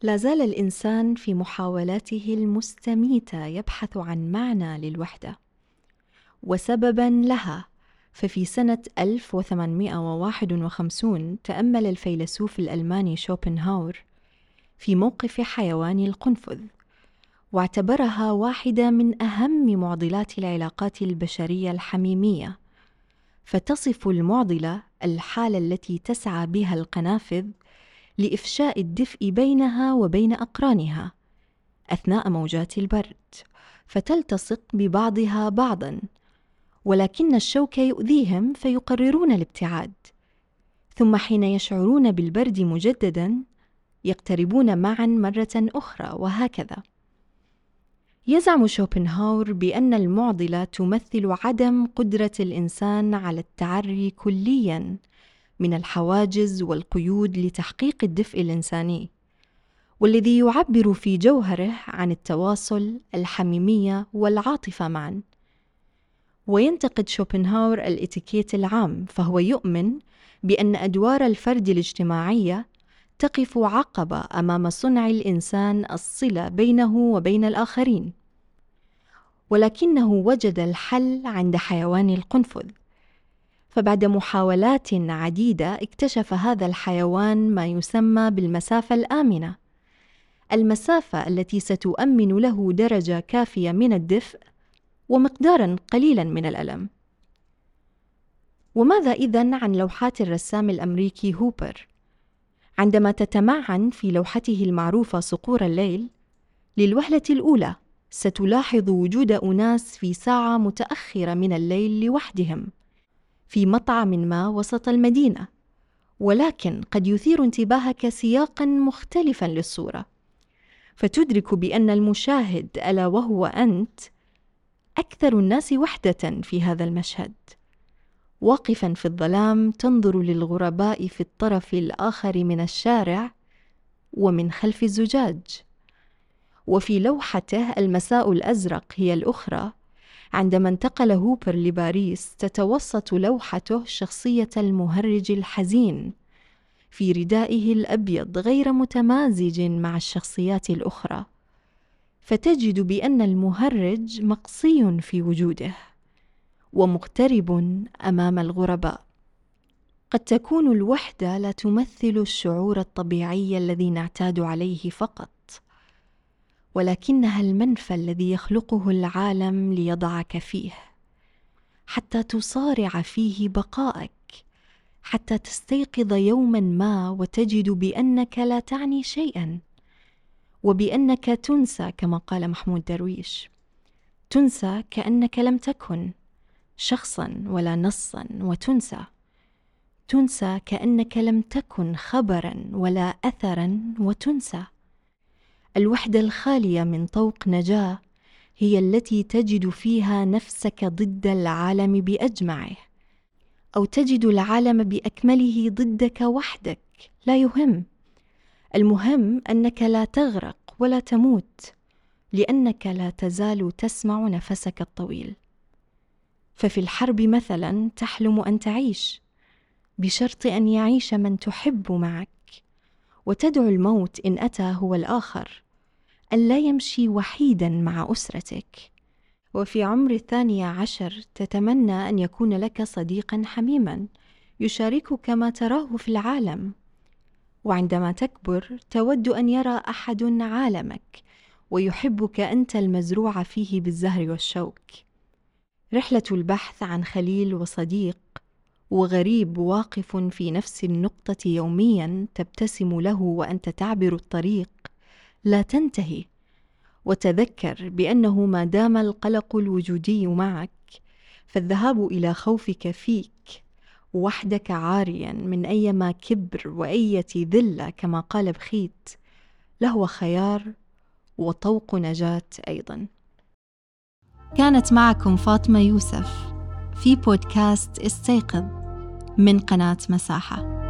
لا زال الإنسان في محاولاته المستميتة يبحث عن معنى للوحدة وسبباً لها. ففي سنة 1851 تأمل الفيلسوف الألماني شوبنهاور في موقف حيوان القنفذ، واعتبرها واحدة من أهم معضلات العلاقات البشرية الحميمية. فتصف المعضلة الحالة التي تسعى بها القنافذ لإفشاء الدفء بينها وبين أقرانها أثناء موجات البرد، فتلتصق ببعضها بعضاً، ولكن الشوك يؤذيهم فيقررون الابتعاد، ثم حين يشعرون بالبرد مجدداً يقتربون معاً مرة أخرى، وهكذا. يزعم شوبنهاور بأن المعضلة تمثل عدم قدرة الإنسان على التعري كلياً من الحواجز والقيود لتحقيق الدفء الإنساني، والذي يعبر في جوهره عن التواصل، الحميمية والعاطفة معاً. وينتقد شوبنهاور الإتيكيت العام، فهو يؤمن بأن أدوار الفرد الاجتماعية تقف عقبة أمام صنع الإنسان الصلة بينه وبين الآخرين، ولكنه وجد الحل عند حيوان القنفذ. فبعد محاولات عديدة اكتشف هذا الحيوان ما يسمى بالمسافة الآمنة، المسافة التي ستؤمن له درجة كافية من الدفء ومقداراً قليلاً من الألم. وماذا إذن عن لوحات الرسام الأمريكي هوبر؟ عندما تتمعن في لوحته المعروفة صقور الليل، للوهلة الأولى ستلاحظ وجود أناس في ساعة متأخرة من الليل لوحدهم في مطعم ما وسط المدينة، ولكن قد يثير انتباهك سياقاً مختلفاً للصورة، فتدرك بأن المشاهد ألا وهو أنت أكثر الناس وحدة في هذا المشهد، واقفاً في الظلام تنظر للغرباء في الطرف الآخر من الشارع ومن خلف الزجاج. وفي لوحته المساء الأزرق هي الأخرى، عندما انتقل هوبر لباريس تتوسط لوحته شخصية المهرج الحزين في ردائه الأبيض غير متمازج مع الشخصيات الأخرى، فتجد بأن المهرج مقصي في وجوده ومغترب أمام الغرباء. قد تكون الوحدة لا تمثل الشعور الطبيعي الذي نعتاد عليه فقط، ولكنها المنفى الذي يخلقه العالم ليضعك فيه، حتى تصارع فيه بقائك، حتى تستيقظ يوما ما وتجد بأنك لا تعني شيئا، وبأنك تنسى كما قال محمود درويش، تنسى كأنك لم تكن شخصا ولا نصا، تنسى كأنك لم تكن خبرا ولا أثرا وتنسى. الوحدة الخالية من طوق نجاة هي التي تجد فيها نفسك ضد العالم بأجمعه، أو تجد العالم بأكمله ضدك وحدك. لا يهم، المهم أنك لا تغرق ولا تموت، لأنك لا تزال تسمع نفسك الطويل. ففي الحرب مثلا تحلم أن تعيش بشرط أن يعيش من تحب معك، وتدعو الموت إن أتى هو الآخر أن لا يمشي وحيدا مع أسرتك. وفي عمر 12 تتمنى أن يكون لك صديقا حميما يشاركك ما تراه في العالم، وعندما تكبر تود أن يرى أحد عالمك ويحبك أنت المزروع فيه بالزهر والشوك. رحلة البحث عن خليل وصديق وغريب واقف في نفس النقطة يوميا تبتسم له وأنت تعبر الطريق لا تنتهي. وتذكر بأنه ما دام القلق الوجودي معك، فالذهاب إلى خوفك فيك وحدك عاريا من أيما كبر وأية ذلة كما قال بخيت لهو خيار وطوق نجاة أيضا. كانت معكم فاطمة يوسف في بودكاست استيقظ من قناة مساحة.